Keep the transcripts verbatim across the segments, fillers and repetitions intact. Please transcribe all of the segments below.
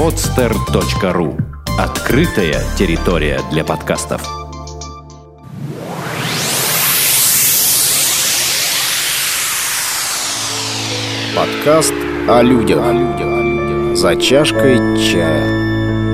подстер точка ру. Открытая территория для подкастов. Подкаст о людях. О людях. За чашкой чая.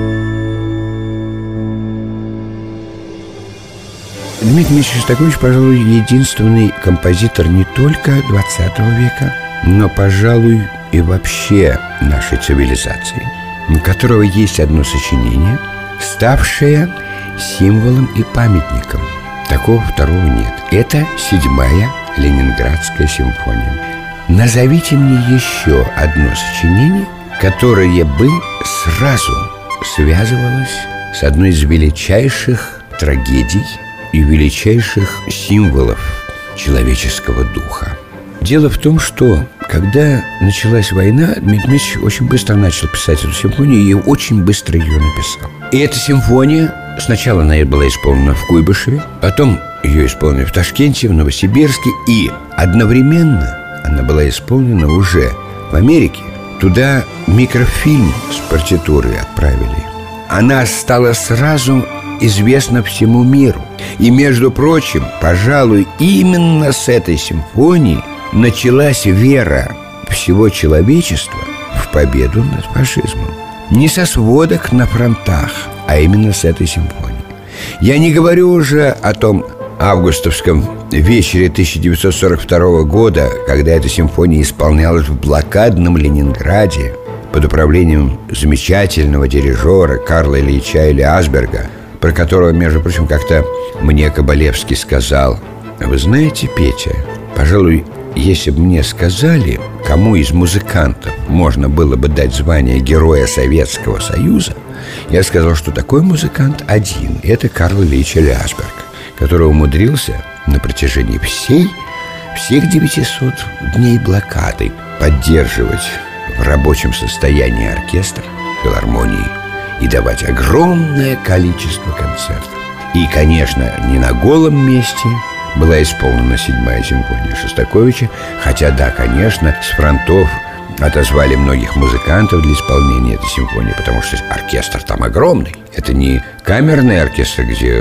Дмитрий Ильич Шостакович, пожалуй, единственный композитор не только двадцатого века, но, пожалуй, и вообще нашей цивилизации, у которого есть одно сочинение, ставшее символом и памятником. Такого второго нет. Это седьмая Ленинградская симфония. Назовите мне еще одно сочинение, которое бы сразу связывалось с одной из величайших трагедий и величайших символов человеческого духа. Дело в том, что когда началась война, Дмитрий Дмитриевич очень быстро начал писать эту симфонию и очень быстро ее написал. И эта симфония сначала она была исполнена в Куйбышеве, потом ее исполнили в Ташкенте, в Новосибирске, и одновременно она была исполнена уже в Америке. Туда микрофильм с партитурой отправили. Она стала сразу известна всему миру. И, между прочим, пожалуй, именно с этой симфонии началась вера всего человечества в победу над фашизмом. Не со сводок на фронтах, а именно с этой симфонии. Я не говорю уже о том августовском вечере тысяча девятьсот сорок второго года, когда эта симфония исполнялась в блокадном Ленинграде под управлением замечательного дирижера Карла Ильича Ильясберга, про которого, между прочим, как-то мне Кабалевский сказал: вы знаете, Петя, пожалуй, если бы мне сказали, кому из музыкантов можно было бы дать звание Героя Советского Союза, я сказал, что такой музыкант один. Это Карл Ильич Ильясберг, который умудрился на протяжении всей, всех девятисот дней блокады поддерживать в рабочем состоянии оркестр, филармонии и давать огромное количество концертов. И, конечно, не на голом месте была исполнена седьмая симфония Шостаковича, хотя, да, конечно, с фронтов отозвали многих музыкантов для исполнения этой симфонии, потому что оркестр там огромный. Это не камерный оркестр, где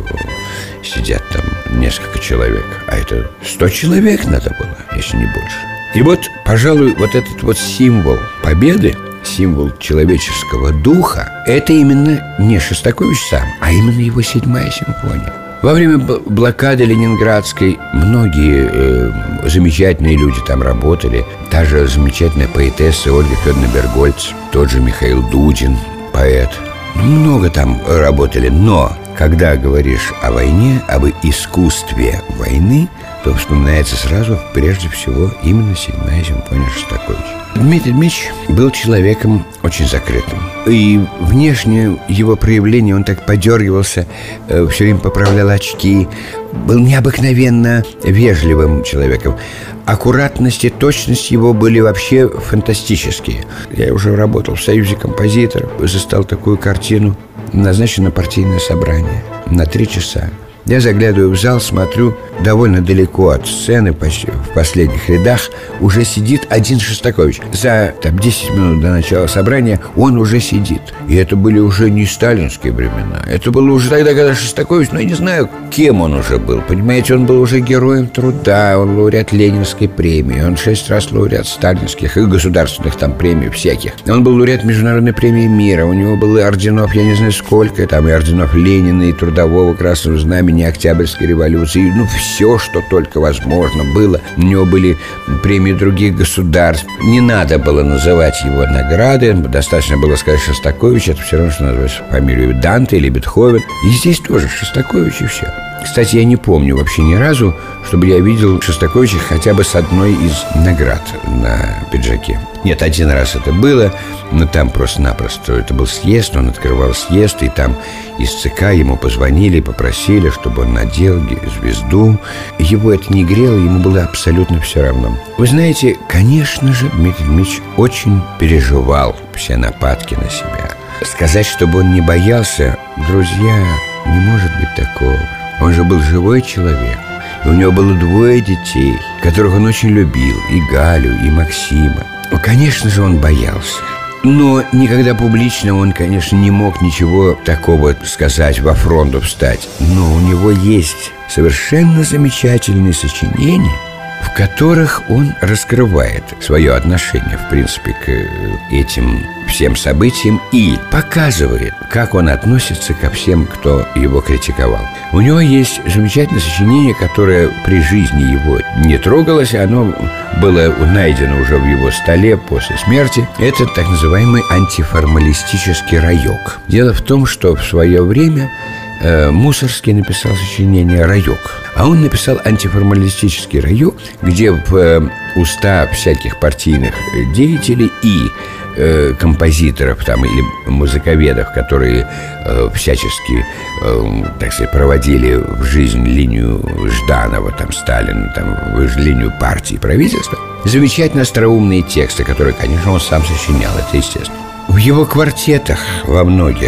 сидят там несколько человек, а это сто человек надо было, если не больше. И вот, пожалуй, вот этот вот символ победы, символ человеческого духа, это именно не Шостакович сам, а именно его седьмая симфония. Во время блокады Ленинградской многие э, замечательные люди там работали. Та же замечательная поэтесса Ольга Федоровна Бергольц, тот же Михаил Дудин, поэт. Много там работали, но когда говоришь о войне, об искусстве войны, то вспоминается сразу, прежде всего, именно седьмая симфония Шостаковича. Дмитрий Дмитриевич был человеком очень закрытым. И внешнее его проявление, он так подергивался, э, все время поправлял очки, был необыкновенно вежливым человеком. Аккуратность и точность его были вообще фантастические. Я уже работал в Союзе композиторов, застал такую картину. Назначено партийное собрание на три часа. Я заглядываю в зал, смотрю, довольно далеко от сцены, почти в последних рядах, уже сидит один Шостакович. За там, десять минут до начала собрания он уже сидит. И это были уже не сталинские времена. Это было уже тогда, когда Шостакович, ну, я не знаю, кем он уже был. Понимаете, он был уже героем труда, он лауреат Ленинской премии, он шесть раз лауреат сталинских и государственных там премий всяких. Он был лауреат Международной премии мира, у него было орденов, я не знаю сколько, там и орденов Ленина, и Трудового Красного Знамени, Октябрьской революции, ну, все, что только возможно было. У него были премии других государств. Не надо было называть его награды, достаточно было сказать Шостакович, это все равно, что назвать фамилию Данте или Бетховен. И здесь тоже Шостакович, и все. Кстати, я не помню вообще ни разу, чтобы я видел Шостаковича хотя бы с одной из наград на пиджаке. Нет, один раз это было, но там просто-напросто это был съезд, он открывал съезд, и там из ЦК ему позвонили, попросили, чтобы он надел звезду. Его это не грело, ему было абсолютно все равно. Вы знаете, конечно же, Дмитрий Дмитриевич очень переживал все нападки на себя. Сказать, чтобы он не боялся, друзья, не может быть такого. Он же был живой человек. И у него было двое детей, которых он очень любил, и Галю, и Максима. Ну, конечно же, он боялся. Но никогда публично он, конечно, не мог ничего такого сказать, во фронту встать. Но у него есть совершенно замечательные сочинения, в которых он раскрывает свое отношение, в принципе, к этим всем событиям и показывает, как он относится ко всем, кто его критиковал. У него есть замечательное сочинение, которое при жизни его не трогалось, оно было найдено уже в его столе после смерти. Это так называемый антиформалистический раек. Дело в том, что в свое время Мусоргский написал сочинение «Раек», а он написал антиформалистический раек, где в уста всяких партийных деятелей и э, композиторов там, или музыковедов, которые э, всячески, э, так сказать, проводили в жизнь линию Жданова, там, Сталина, там, в линию партии и правительства, замечательно остроумные тексты, которые, конечно, он сам сочинял, это естественно. В его квартетах во многих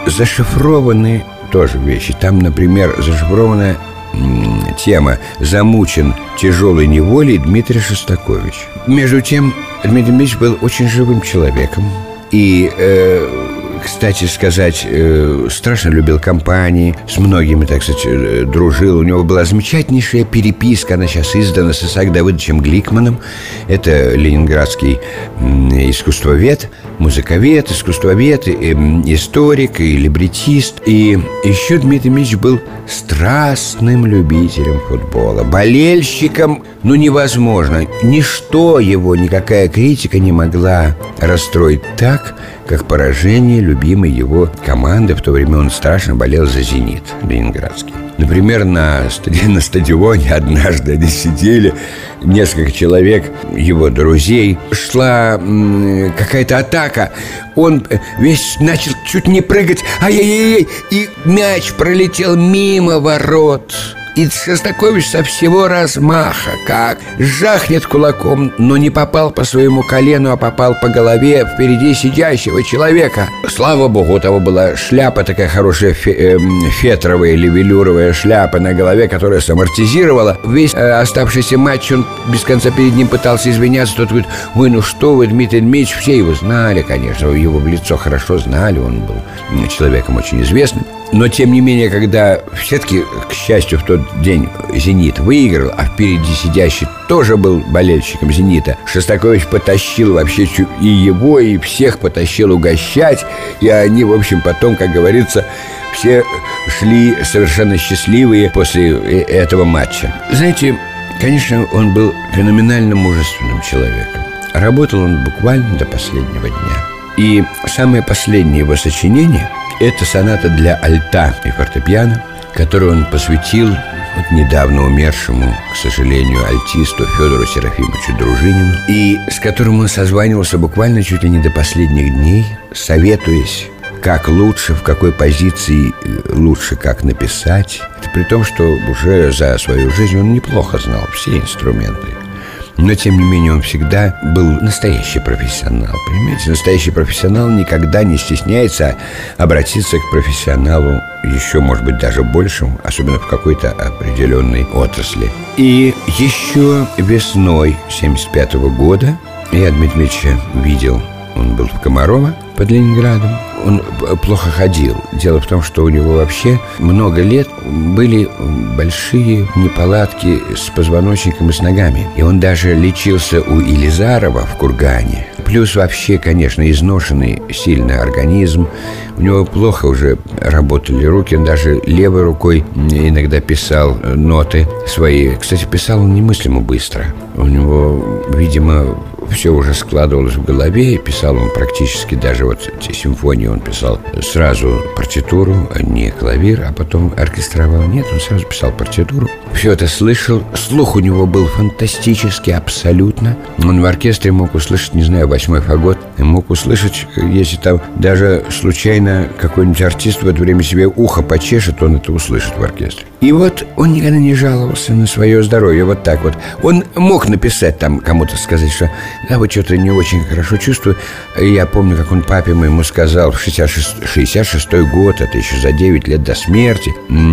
зашифрованы тоже вещи. Там, например, зашифрована м, тема «Замучен тяжелой неволей» Дмитрий Шостакович. Между тем, Дмитрий Дмитриевич был очень живым человеком. И, э, кстати сказать, э, страшно любил компании, с многими, так сказать, э, дружил. У него была замечательнейшая переписка, она сейчас издана с Исаак Давыдовичем Гликманом. Это ленинградский э, искусствовед, музыковед, искусствовед, э, историк и либретист. И еще Дмитрий Дмитриевич был страстным любителем футбола, болельщиком, ну, невозможно. Ничто его, никакая критика не могла расстроить так, как поражение любимой его команды. В то время он страшно болел за «Зенит» ленинградский. Например, на, стади- на стадионе однажды они сидели, несколько человек, его друзей. Шла м- какая-то атака. Он весь начал чуть не прыгать. Ай-яй-яй! И мяч пролетел мимо ворот. И Шостакович со всего размаха, как жахнет кулаком, но не попал по своему колену, а попал по голове впереди сидящего человека. Слава богу, у того была шляпа такая хорошая, фетровая или велюровая шляпа на голове, которая самортизировала. Весь э, оставшийся матч он без конца перед ним пытался извиняться. Тот говорит: ой, ну что вы, Дмитрий Дмитриевич, все его знали, конечно, его в лицо хорошо знали, он был человеком очень известным. Но, тем не менее, когда все-таки, к счастью, в тот день «Зенит» выиграл, а впереди сидящий тоже был болельщиком «Зенита», Шостакович потащил вообще и его, и всех потащил угощать. И они, в общем, потом, как говорится, все шли совершенно счастливые после этого матча. Знаете, конечно, он был феноменально мужественным человеком. Работал он буквально до последнего дня. И самое последнее его сочинение — это соната для альта и фортепиано, которую он посвятил вот недавно умершему, к сожалению, альтисту Федору Серафимовичу Дружинину, и с которым он созванивался буквально чуть ли не до последних дней, советуясь, как лучше, в какой позиции лучше, как написать. Это при том, что уже за свою жизнь он неплохо знал все инструменты. Но, тем не менее, он всегда был настоящий профессионал. Понимаете, настоящий профессионал никогда не стесняется обратиться к профессионалу еще, может быть, даже большему, особенно в какой-то определенной отрасли. И еще весной семьдесят пятого года я Дмитрия Дмитриевича видел. Он был в Комарово под Ленинградом. Он плохо ходил. Дело в том, что у него вообще много лет были большие неполадки с позвоночником и с ногами. И он даже лечился у Елизарова в Кургане. Плюс вообще, конечно, изношенный сильно организм. У него плохо уже работали руки. Он даже левой рукой иногда писал ноты свои. Кстати, писал он немыслимо быстро. У него, видимо, все уже складывалось в голове, и писал он практически даже вот эти симфонии он писал сразу партитуру, а не клавир, а потом оркестровал. Нет, он сразу писал партитуру. Все это слышал. Слух у него был фантастический, абсолютно. Он в оркестре мог услышать, не знаю, восьмой фагот. Мог услышать, если там даже случайно какой-нибудь артист в это время себе ухо почешет, он это услышит в оркестре. И вот он никогда не жаловался на свое здоровье. Вот так вот. Он мог написать там, кому-то сказать, что да, вот что-то не очень хорошо чувствую. Я помню, как он папе моему сказал в шестьдесят шестой год, это еще за девять лет до смерти: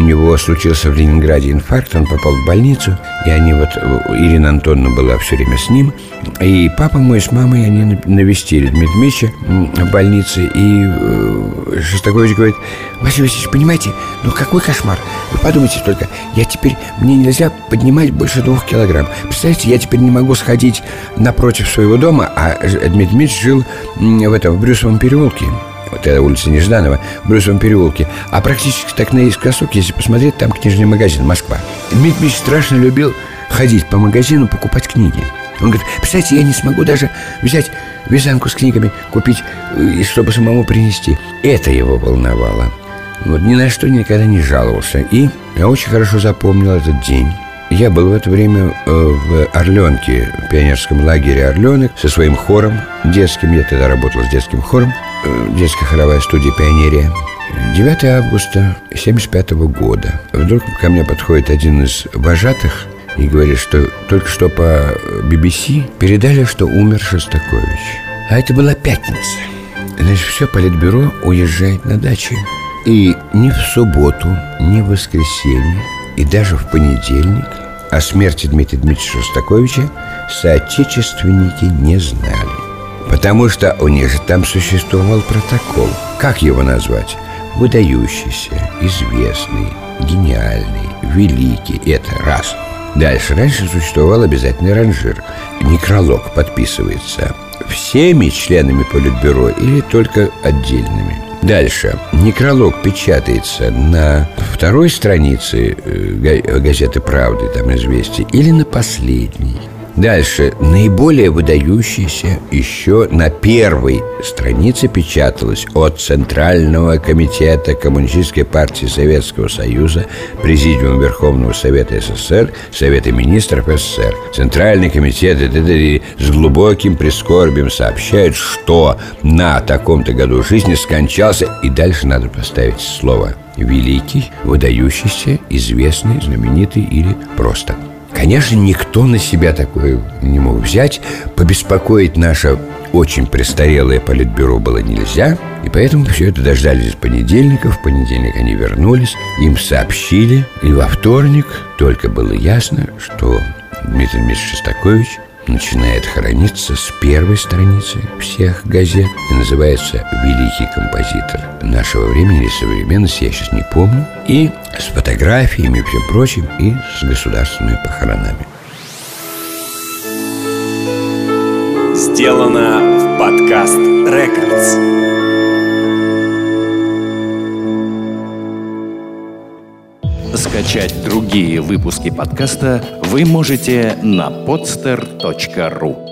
него случился в Ленинграде инфаркт, он попал в больницу, и они вот, Ирина Антоновна была все время с ним, и папа мой с мамой, они навестили Дмитрия Дмитриевича в больнице, и Шостакович говорит: Василий Васильевич, понимаете, ну какой кошмар, вы подумайте только, я теперь, мне нельзя поднимать больше двух килограмм. Представляете, я теперь не могу сходить напротив своего дома, а Дмитрий Дмитриевич жил в этом, в Брюсовом переулке. Вот это улица Нежданова, в Брюсовом переулке. А практически так наискосок, если посмотреть, там книжный магазин «Москва». Дмитрий Дмитриевич страшно любил ходить по магазину, покупать книги. Он говорит: представляете, я не смогу даже взять вязанку с книгами, купить, чтобы самому принести. Это его волновало. Вот ни на что никогда не жаловался. И я очень хорошо запомнил этот день. Я был в это время в Орленке, в пионерском лагере «Орленок», со своим хором детским. Я тогда работал с детским хором, детская хоровая студия «Пионерия». девятого августа семьдесят пятого года. Вдруг ко мне подходит один из вожатых и говорит, что только что по би би си передали, что умер Шостакович. А это была пятница. Значит, все политбюро уезжает на дачу. И ни в субботу, ни в воскресенье, и даже в понедельник о смерти Дмитрия Дмитриевича Шостаковича соотечественники не знали. Потому что у них же там существовал протокол. Как его назвать? Выдающийся, известный, гениальный, великий. Это раз. Дальше. Раньше существовал обязательный ранжир. Некролог подписывается всеми членами политбюро или только отдельными. Дальше. Некролог печатается на второй странице газеты «Правды», там «Известия», или на последней. Дальше. Наиболее выдающийся еще на первой странице печаталось: от Центрального комитета Коммунистической партии Советского Союза, Президиума Верховного Совета СССР, Совета министров СССР. Центральный комитет с глубоким прискорбием сообщает, что на таком-то году жизни скончался. И дальше надо поставить слово «великий», «выдающийся», «известный», «знаменитый» или «просто». Конечно, никто на себя такое не мог взять. Побеспокоить наше очень престарелое политбюро было нельзя. И поэтому все это дождались понедельника. В понедельник они вернулись, им сообщили. И во вторник только было ясно, что Дмитрий Дмитриевич Шостакович начинает хорониться с первой страницы всех газет и называется «Великий композитор нашего времени» или «Современности», я сейчас не помню, и с фотографиями и всем прочим, и с государственными похоронами. Сделано в Подкаст Рекордс. Скачать другие выпуски подкаста вы можете на podster точка ру.